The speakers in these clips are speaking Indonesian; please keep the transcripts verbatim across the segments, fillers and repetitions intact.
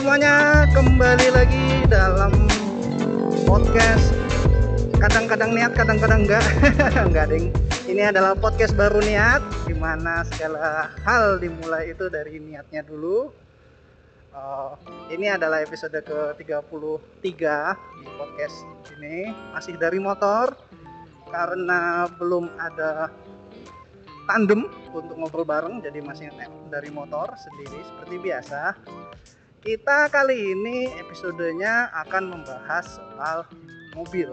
semuanya, kembali lagi dalam podcast kadang-kadang niat, kadang-kadang enggak. Enggak, ding. Ini adalah podcast baru niat, dimana segala hal dimulai itu dari niatnya dulu. Uh, ini adalah episode ke tiga puluh tiga di podcast ini, masih dari motor karena belum ada tandem untuk ngobrol bareng, jadi masih dari motor sendiri seperti biasa. Kita kali ini episodenya akan membahas soal mobil,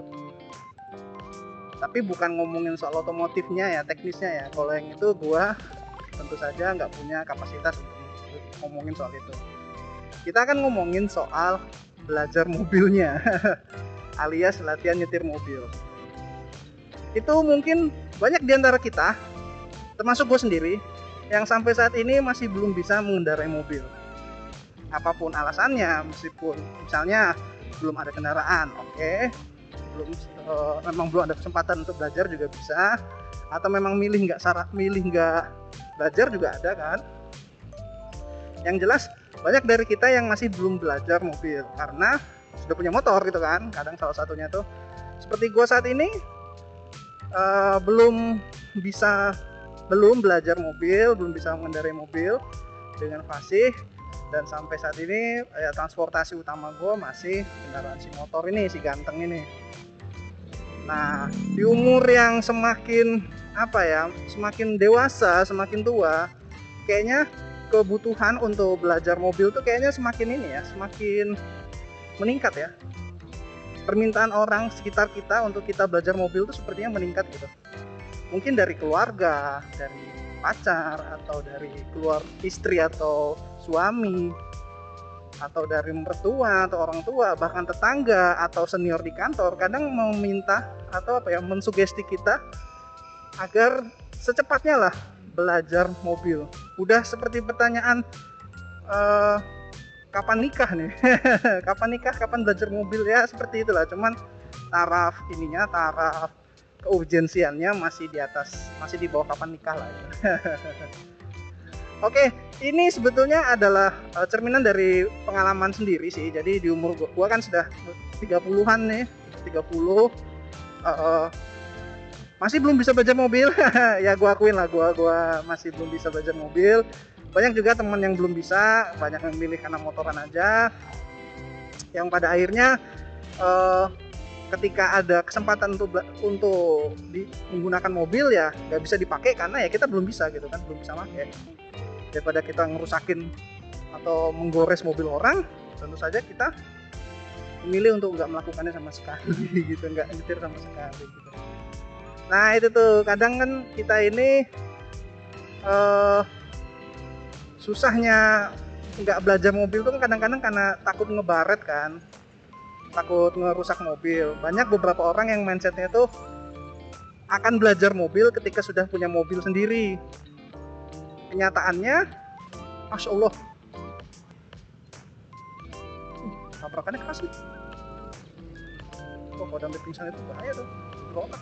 tapi bukan ngomongin soal otomotifnya ya, teknisnya ya. Kalau yang itu gua tentu saja nggak punya kapasitas untuk ngomongin soal itu. Kita akan ngomongin soal belajar mobilnya alias latihan nyetir mobil. Itu mungkin banyak di antara kita, termasuk gue sendiri, yang sampai saat ini masih belum bisa mengendarai mobil. Apapun alasannya, meskipun misalnya belum ada kendaraan, oke, okay. belum uh, memang belum ada kesempatan untuk belajar juga bisa, atau memang milih nggak sarak milih nggak belajar juga ada kan. Yang jelas banyak dari kita yang masih belum belajar mobil karena sudah punya motor gitu kan. Kadang salah satunya tuh seperti gue saat ini uh, belum bisa belum belajar mobil, belum bisa mengendarai mobil dengan fasih. Dan sampai saat ini ya, transportasi utama gue masih kendaraan si motor ini, si ganteng ini. Nah, di umur yang semakin apa ya, semakin dewasa, semakin tua, kayaknya kebutuhan untuk belajar mobil tuh kayaknya semakin ini ya, semakin meningkat ya. Permintaan orang sekitar kita untuk kita belajar mobil tuh sepertinya meningkat gitu. Mungkin dari keluarga, dari pacar, atau dari keluar istri atau suami, atau dari mertua atau orang tua, bahkan tetangga atau senior di kantor kadang meminta atau apa ya, mensugesti kita agar secepatnya lah belajar mobil. Udah seperti pertanyaan uh, kapan nikah nih kapan nikah, kapan belajar mobil, ya seperti itulah. Cuman taraf ininya, taraf keurgensiannya masih di atas, masih di bawah kapan nikah lah ya. Oke, ini sebetulnya adalah uh, cerminan dari pengalaman sendiri sih. Jadi di umur gua, gua kan sudah tiga puluhan nih, tiga puluh, uh, masih belum bisa belajar mobil. Ya gua akuin lah, gua gua masih belum bisa belajar mobil. Banyak juga teman yang belum bisa, banyak yang milih karena motoran aja. Yang pada akhirnya uh, ketika ada kesempatan untuk untuk di, menggunakan mobil ya nggak bisa dipakai karena ya kita belum bisa gitu kan, belum bisa pakai. Daripada kita ngerusakin atau menggores mobil orang, tentu saja kita memilih untuk nggak melakukannya sama sekali gitu, nggak nyetir sama sekali gitu. Nah itu tuh kadang kan kita ini uh, susahnya nggak belajar mobil tuh kadang-kadang karena takut ngebaret kan, takut ngerusak mobil. Banyak beberapa orang yang mindsetnya tuh akan belajar mobil ketika sudah punya mobil sendiri. Kenyataannya, masya Allah, uh, tabrakannya keras nih. Oh, kalau sampai pingsan itu bahaya tuh, berotak.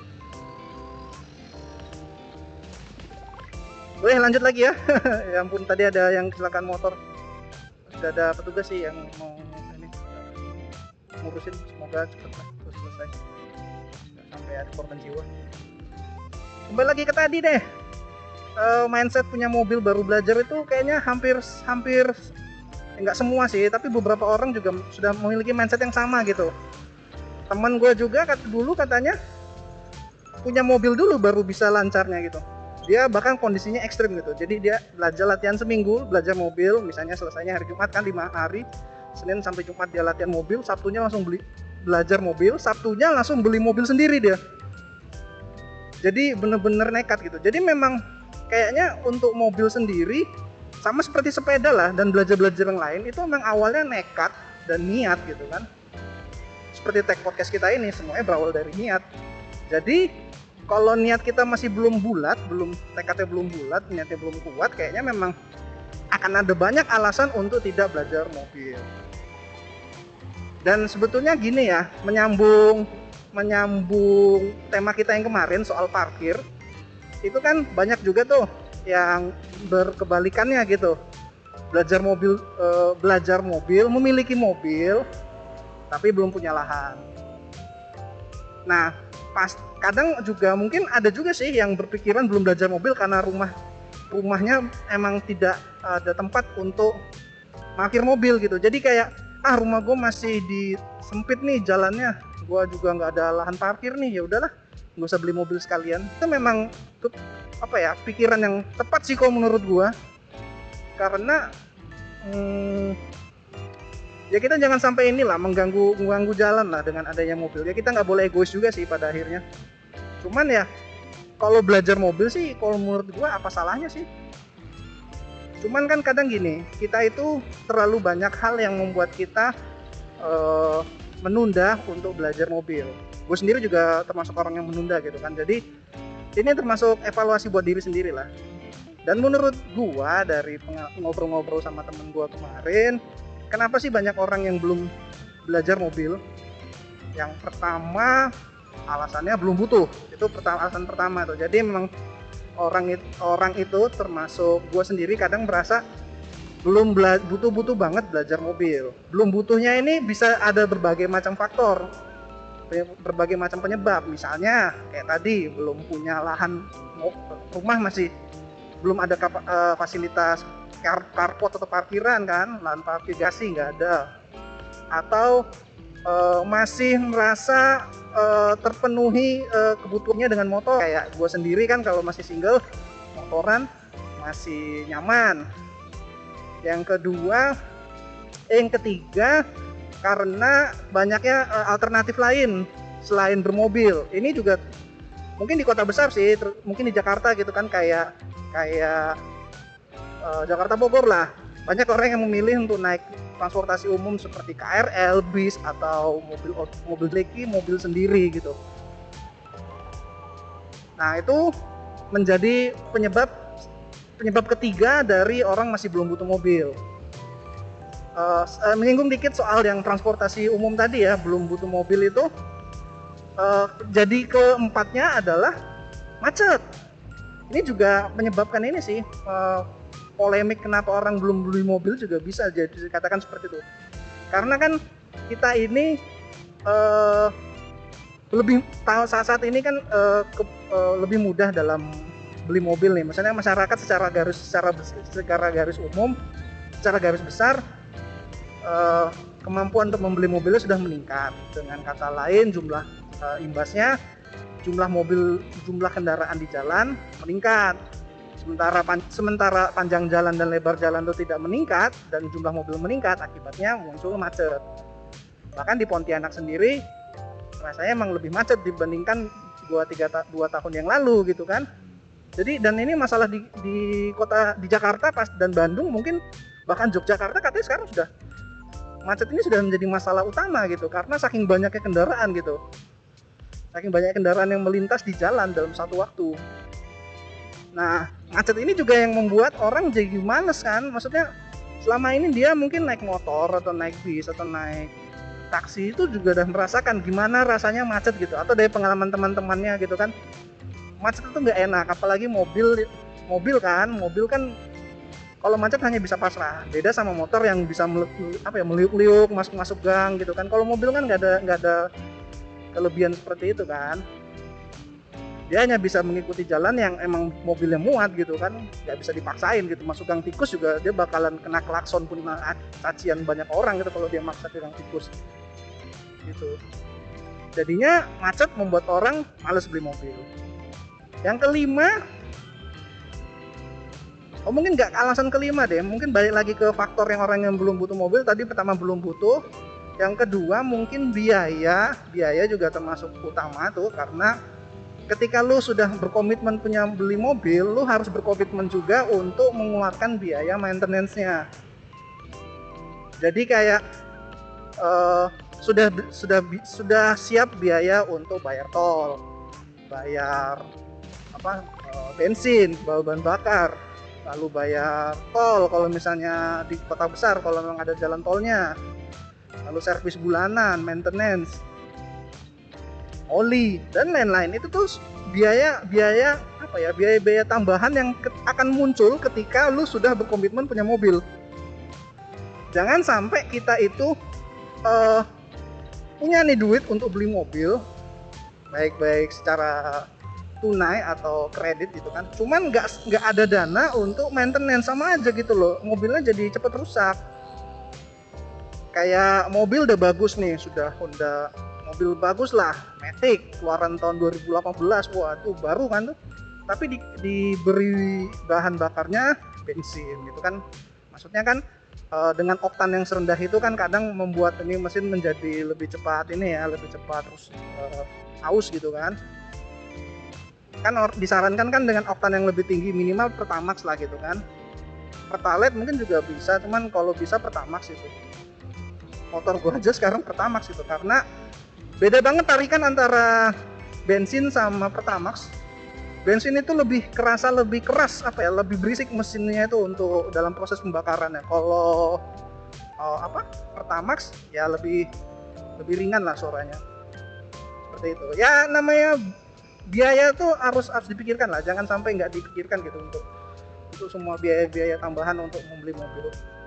Boleh lanjut lagi ya. Ya ampun, tadi ada yang kecelakaan motor. Sudah ada petugas sih yang mau ini ngurusin, semoga cepat lah terus selesai, nggak sampai ada korban jiwa. Kembali lagi ke tadi deh, uh, mindset punya mobil baru belajar itu kayaknya hampir hampir nggak semua sih, tapi beberapa orang juga sudah memiliki mindset yang sama gitu. Teman gue juga kata dulu katanya punya mobil dulu baru bisa lancarnya gitu. Dia bahkan kondisinya ekstrim gitu, jadi dia belajar latihan seminggu belajar mobil, misalnya selesainya hari Jumat kan lima hari, Senin sampai Jumat dia latihan mobil, Sabtunya langsung beli belajar mobil, Sabtunya langsung beli mobil sendiri dia. Jadi bener-bener nekat gitu. Jadi memang kayaknya untuk mobil sendiri sama seperti sepeda lah dan belajar-belajar yang lain itu memang awalnya nekat dan niat gitu kan. Seperti tag podcast kita ini semuanya berawal dari niat. Jadi kalau niat kita masih belum bulat, belum tekadnya belum bulat, niatnya belum kuat, kayaknya memang akan ada banyak alasan untuk tidak belajar mobil. Dan sebetulnya gini ya, menyambung menyambung tema kita yang kemarin soal parkir, itu kan banyak juga tuh yang berkebalikannya gitu. belajar mobil eh, belajar mobil, memiliki mobil tapi belum punya lahan. Nah, pas kadang juga mungkin ada juga sih yang berpikiran belum belajar mobil karena rumah rumahnya emang tidak ada tempat untuk parkir mobil gitu. Jadi kayak ah rumah gue masih di sempit nih jalannya, gue juga nggak ada lahan parkir nih, ya udahlah nggak usah beli mobil sekalian. Itu memang tuh, apa ya, pikiran yang tepat sih kalau menurut gue, karena hmm, ya kita jangan sampai inilah mengganggu mengganggu jalan lah dengan adanya mobil. Ya kita nggak boleh egois juga sih pada akhirnya. Cuman ya kalau belajar mobil sih kalau menurut gue apa salahnya sih. Cuman kan kadang gini, kita itu terlalu banyak hal yang membuat kita uh, menunda untuk belajar mobil. Gue sendiri juga termasuk orang yang menunda gitu kan. Jadi ini termasuk evaluasi buat diri sendiri lah. Dan menurut gue dari ngobrol-ngobrol sama temen gue kemarin, kenapa sih banyak orang yang belum belajar mobil? Yang pertama alasannya belum butuh. Itu alasan pertama tuh. Jadi memang orang itu, orang itu termasuk gue sendiri kadang merasa belum bela- butuh-butuh banget belajar mobil. Belum butuhnya ini bisa ada berbagai macam faktor, berbagai macam penyebab. Misalnya kayak tadi belum punya lahan, rumah masih belum ada kap- uh, fasilitas car- carport atau parkiran kan, lahan parkir gasi nggak ada, atau uh, masih merasa uh, terpenuhi uh, kebutuhannya dengan motor. Kayak gue sendiri kan kalau masih single, motoran masih nyaman. Yang kedua, eh, yang ketiga karena banyaknya uh, alternatif lain selain bermobil. Ini juga mungkin di kota besar sih, ter- mungkin di Jakarta gitu kan, kayak kayak uh, Jakarta Bogor lah. Banyak orang yang memilih untuk naik transportasi umum seperti K R L, bis, atau mobil mobil leki, mobil sendiri gitu. Nah, itu menjadi penyebab penyebab ketiga dari orang masih belum butuh mobil. Uh, menyinggung dikit soal yang transportasi umum tadi ya, belum butuh mobil itu. Uh, jadi keempatnya adalah macet. Ini juga menyebabkan ini sih, uh, polemik kenapa orang belum beli mobil juga bisa jadi dikatakan seperti itu. Karena kan kita ini uh, lebih saat saat ini kan uh, ke, uh, lebih mudah dalam beli mobil nih. Misalnya masyarakat secara garis secara secara garis umum, secara garis besar uh, kemampuan untuk membeli mobilnya sudah meningkat. Dengan kata lain, jumlah uh, imbasnya, jumlah mobil, jumlah kendaraan di jalan meningkat. Sementara, pan, sementara panjang jalan dan lebar jalan itu tidak meningkat dan jumlah mobil meningkat, akibatnya muncul macet. Bahkan di Pontianak sendiri rasanya emang lebih macet dibandingkan dua tiga dua tahun yang lalu gitu kan. Jadi dan ini masalah di, di kota di Jakarta pas dan Bandung, mungkin bahkan Yogyakarta katanya sekarang sudah macet ini sudah menjadi masalah utama gitu, karena saking banyaknya kendaraan gitu. Saking banyak kendaraan yang melintas di jalan dalam satu waktu. Nah, macet ini juga yang membuat orang jadi males kan. Maksudnya selama ini dia mungkin naik motor atau naik bis atau naik taksi itu juga udah merasakan gimana rasanya macet gitu. Atau dari pengalaman teman-temannya gitu kan. Macet itu nggak enak, apalagi mobil mobil kan. Mobil kan kalau macet hanya bisa pasrah. Beda sama motor yang bisa meliuk, apa ya, meliuk-liuk, masuk-masuk gang gitu kan. Kalau mobil kan nggak ada nggak ada kelebihan seperti itu kan. Dia hanya bisa mengikuti jalan yang emang mobilnya muat gitu kan, nggak bisa dipaksain gitu. Masuk gang tikus juga dia bakalan kena klakson pun cacian banyak orang gitu kalau dia maksa ke gang tikus gitu. Jadinya macet membuat orang males beli mobil. Yang kelima, oh mungkin nggak alasan kelima deh, mungkin balik lagi ke faktor yang orang yang belum butuh mobil tadi. Pertama belum butuh, yang kedua mungkin biaya, biaya juga termasuk utama tuh, karena ketika lu sudah berkomitmen punya beli mobil, lu harus berkomitmen juga untuk mengeluarkan biaya maintenance-nya. Jadi kayak uh, sudah sudah sudah siap biaya untuk bayar tol, bayar apa uh, bensin, bahan bakar, lalu bayar tol kalau misalnya di kota besar kalau memang ada jalan tolnya, lalu servis bulanan, maintenance, oli dan lain-lain. Itu tuh biaya biaya apa ya biaya-biaya tambahan yang ke- akan muncul ketika lu sudah berkomitmen punya mobil. Jangan sampai kita itu uh, punya nih duit untuk beli mobil, baik-baik secara tunai atau kredit gitu kan, cuman nggak nggak ada dana untuk maintenance, sama aja gitu loh, mobilnya jadi cepet rusak. Kayak mobil udah bagus nih, sudah Honda, mobil bagus lah, Matic keluaran tahun dua ribu delapan belas, wah tuh baru kan tuh, tapi di, diberi bahan bakarnya bensin gitu kan, maksudnya kan uh, dengan oktan yang serendah itu kan kadang membuat ini mesin menjadi lebih cepat ini ya, lebih cepat terus uh, aus gitu kan. Kan disarankan kan dengan oktan yang lebih tinggi, minimal Pertamax lah gitu kan. Pertalite mungkin juga bisa, cuman kalau bisa Pertamax itu. Motor gua aja sekarang Pertamax itu, karena beda banget tarikan antara bensin sama Pertamax. Bensin itu lebih kerasa, lebih keras, apa ya, lebih berisik mesinnya itu untuk dalam proses pembakarannya. Kalau oh, apa Pertamax ya lebih lebih ringan lah suaranya. Seperti itu. Ya namanya biaya tuh harus harus dipikirkan lah, jangan sampai nggak dipikirkan gitu untuk untuk semua biaya-biaya tambahan untuk membeli mobil.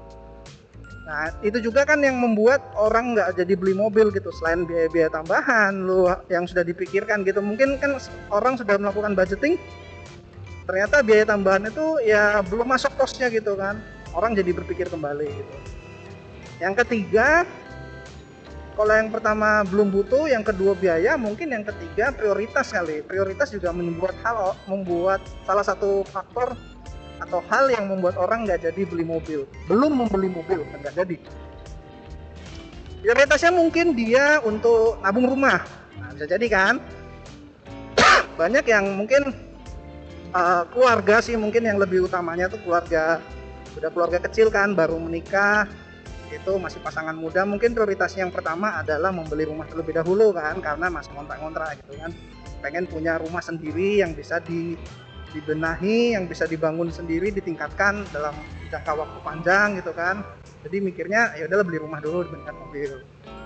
Nah itu juga kan yang membuat orang nggak jadi beli mobil gitu, selain biaya-biaya tambahan lu yang sudah dipikirkan gitu. Mungkin kan orang sudah melakukan budgeting, ternyata biaya tambahan itu ya belum masuk kosnya gitu kan, orang jadi berpikir kembali gitu. Yang ketiga, kalau yang pertama belum butuh, yang kedua biaya, mungkin yang ketiga prioritas kali. Prioritas juga membuat hal membuat salah satu faktor atau hal yang membuat orang nggak jadi beli mobil, belum membeli mobil, nggak jadi. Prioritasnya mungkin dia untuk nabung rumah, nah, bisa jadi kan. Banyak yang mungkin uh, keluarga sih, mungkin yang lebih utamanya tuh keluarga, udah keluarga kecil kan, baru menikah, itu masih pasangan muda, mungkin prioritasnya yang pertama adalah membeli rumah terlebih dahulu kan, karena masih ngontrak-ngontrak gitu kan, pengen punya rumah sendiri yang bisa di dibenahi, yang bisa dibangun sendiri, ditingkatkan dalam jangka waktu panjang gitu kan. Jadi mikirnya ya udahlah beli rumah dulu dibandingkan mobil.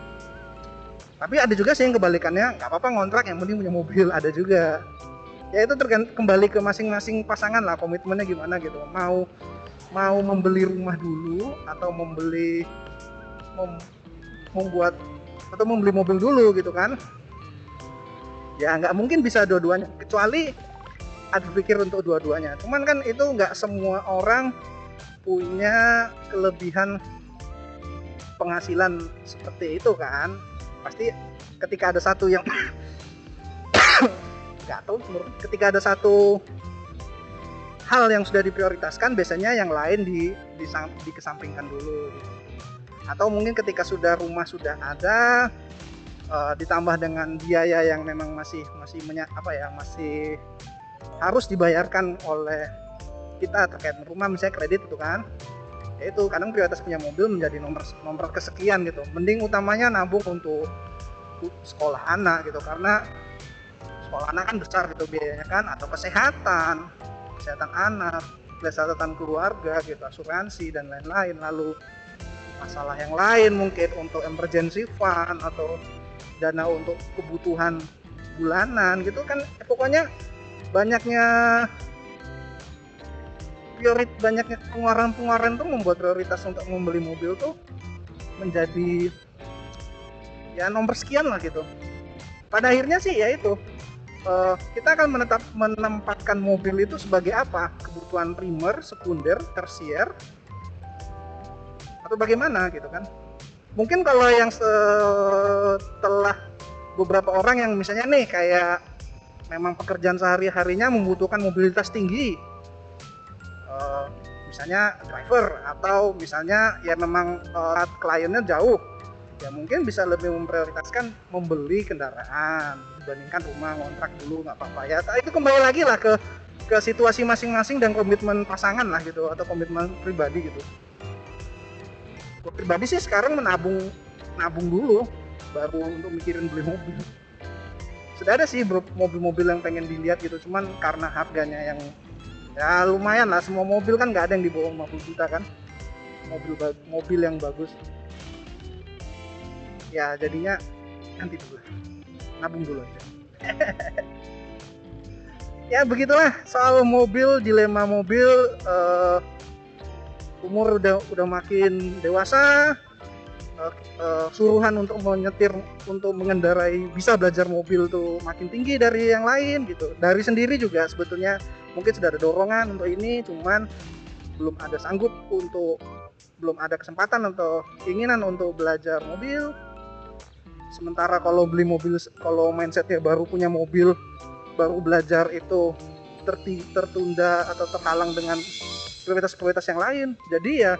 Tapi ada juga sih yang kebalikannya, nggak apa-apa ngontrak, yang penting punya mobil, ada juga. Ya itu tergantung kembali ke masing-masing pasangan lah, komitmennya gimana gitu. Mau mau membeli rumah dulu atau membeli mem, membuat atau membeli mobil dulu gitu kan. Ya nggak mungkin bisa dua-duanya, kecuali ada berpikir untuk dua-duanya. Cuman kan itu nggak semua orang punya kelebihan penghasilan seperti itu kan. Pasti ketika ada satu yang nggak tahu, ketika ada satu hal yang sudah diprioritaskan, biasanya yang lain di, di dikesampingkan dulu. Atau mungkin ketika sudah rumah sudah ada, uh, ditambah dengan biaya yang memang masih masih menya, apa ya masih harus dibayarkan oleh kita terkait rumah, misalnya kredit itu kan, yaitu kadang prioritas punya mobil menjadi nomor nomor kesekian gitu. Mending utamanya nabung untuk sekolah anak gitu, karena sekolah anak kan besar gitu biayanya kan, atau kesehatan kesehatan anak, kesehatan keluarga gitu, asuransi dan lain-lain. Lalu masalah yang lain mungkin untuk emergency fund atau dana untuk kebutuhan bulanan gitu kan. Pokoknya banyaknya priorit banyaknya pengeluaran-pengeluaran tuh membuat prioritas untuk membeli mobil tuh menjadi ya nomor sekian lah gitu. Pada akhirnya sih ya itu uh, kita akan menetap menempatkan mobil itu sebagai apa? Kebutuhan primer, sekunder, tersier, atau bagaimana gitu kan. Mungkin kalau yang setelah beberapa orang yang misalnya nih kayak memang pekerjaan sehari-harinya membutuhkan mobilitas tinggi, uh, misalnya driver, atau misalnya ya memang uh, kliennya jauh, ya mungkin bisa lebih memprioritaskan membeli kendaraan dibandingkan rumah, ngontrak dulu nggak apa-apa ya. Itu kembali lagi lah ke ke situasi masing-masing dan komitmen pasangan lah gitu, atau komitmen pribadi gitu. Gue pribadi sih sekarang menabung nabung dulu baru untuk mikirin beli mobil. Sudah ada sih mobil-mobil yang pengen dilihat gitu, cuman karena harganya yang ya lumayan lah, semua mobil kan nggak ada yang di bawah lima puluh juta kan, mobil mobil yang bagus. Ya jadinya nanti dulu, nabung dulu aja. Ya begitulah soal mobil, dilema mobil. Uh, umur udah udah makin dewasa, uh, uh, suruhan untuk menyetir, untuk mengendarai, bisa belajar mobil tuh makin tinggi dari yang lain gitu. Dari sendiri juga sebetulnya mungkin sudah ada dorongan untuk ini, cuman belum ada sanggup untuk, belum ada kesempatan atau keinginan untuk belajar mobil. Sementara kalau beli mobil, kalau mindsetnya baru punya mobil, baru belajar itu terti, tertunda atau terhalang dengan prioritas-prioritas yang lain. Jadi ya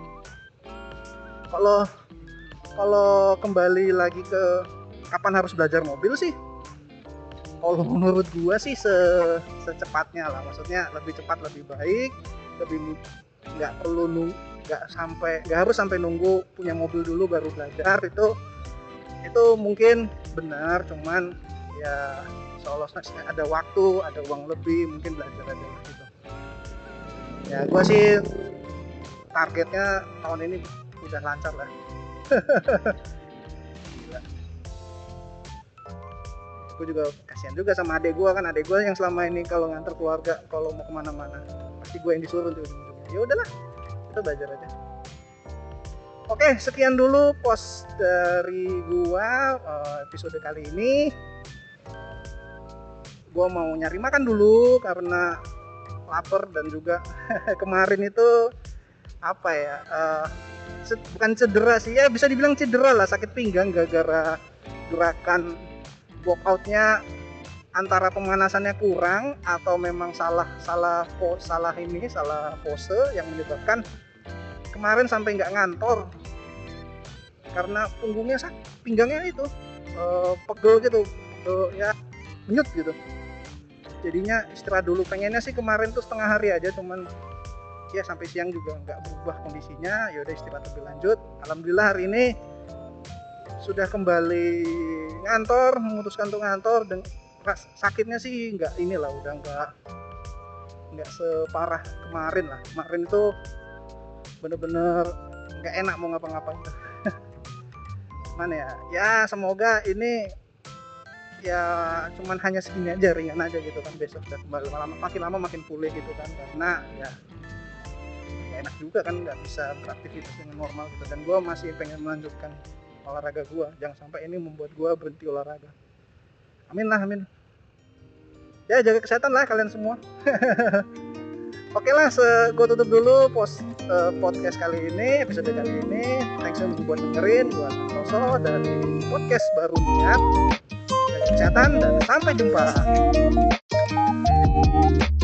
kalau kalau kembali lagi ke kapan harus belajar mobil sih, kalau menurut gua sih se, secepatnya lah, maksudnya lebih cepat lebih baik, lebih nggak perlu nunggu, nggak sampai nggak harus sampai nunggu punya mobil dulu baru belajar. Itu itu mungkin benar, cuman ya seolah-olah ada waktu, ada uang lebih, mungkin belajar aja gitu. Ya gue sih targetnya tahun ini udah lancar lah. Gila. Gue juga kasihan juga sama adek gue, kan adek gue yang selama ini kalau nganter keluarga kalau mau kemana-mana pasti gue yang disuruh tuh. Ya udahlah, kita belajar aja. Oke, sekian dulu post dari gua episode kali ini. Gua mau nyari makan dulu karena lapar, dan juga kemarin itu apa ya, uh, bukan cedera sih ya, bisa dibilang cedera lah, sakit pinggang gara-gara gerakan workoutnya antara pemanasannya kurang atau memang salah salah salah ini salah pose yang menyebabkan kemarin sampai nggak ngantor karena punggungnya sakit, pinggangnya itu uh, pegel gitu, uh, ya menyut gitu. Jadinya istirahat dulu. Pengennya sih kemarin tuh setengah hari aja, cuman ya sampai siang juga nggak berubah kondisinya. Ya udah istirahat lebih lanjut. Alhamdulillah hari ini sudah kembali ngantor, memutuskan untuk ngantor, dan sakitnya sih nggak inilah, udah nggak nggak separah kemarin lah. Kemarin itu bener-bener nggak enak mau ngapa-ngapain. Mana ya, ya semoga ini ya cuman hanya segini aja, ringan aja gitu kan, besok udah kembali, lama, makin lama makin pulih gitu kan, karena ya gak enak juga kan nggak bisa beraktivitas dengan normal gitu. Dan gue masih pengen melanjutkan olahraga gue, jangan sampai ini membuat gue berhenti olahraga. Amin lah, amin. Ya jaga kesehatan lah kalian semua. Oke lah, gue tutup dulu post uh, podcast kali ini, episode kali ini. Thanks buat dengerin, gue Santoso dari podcast Baru Niat. Jaga kesehatan dan sampai jumpa.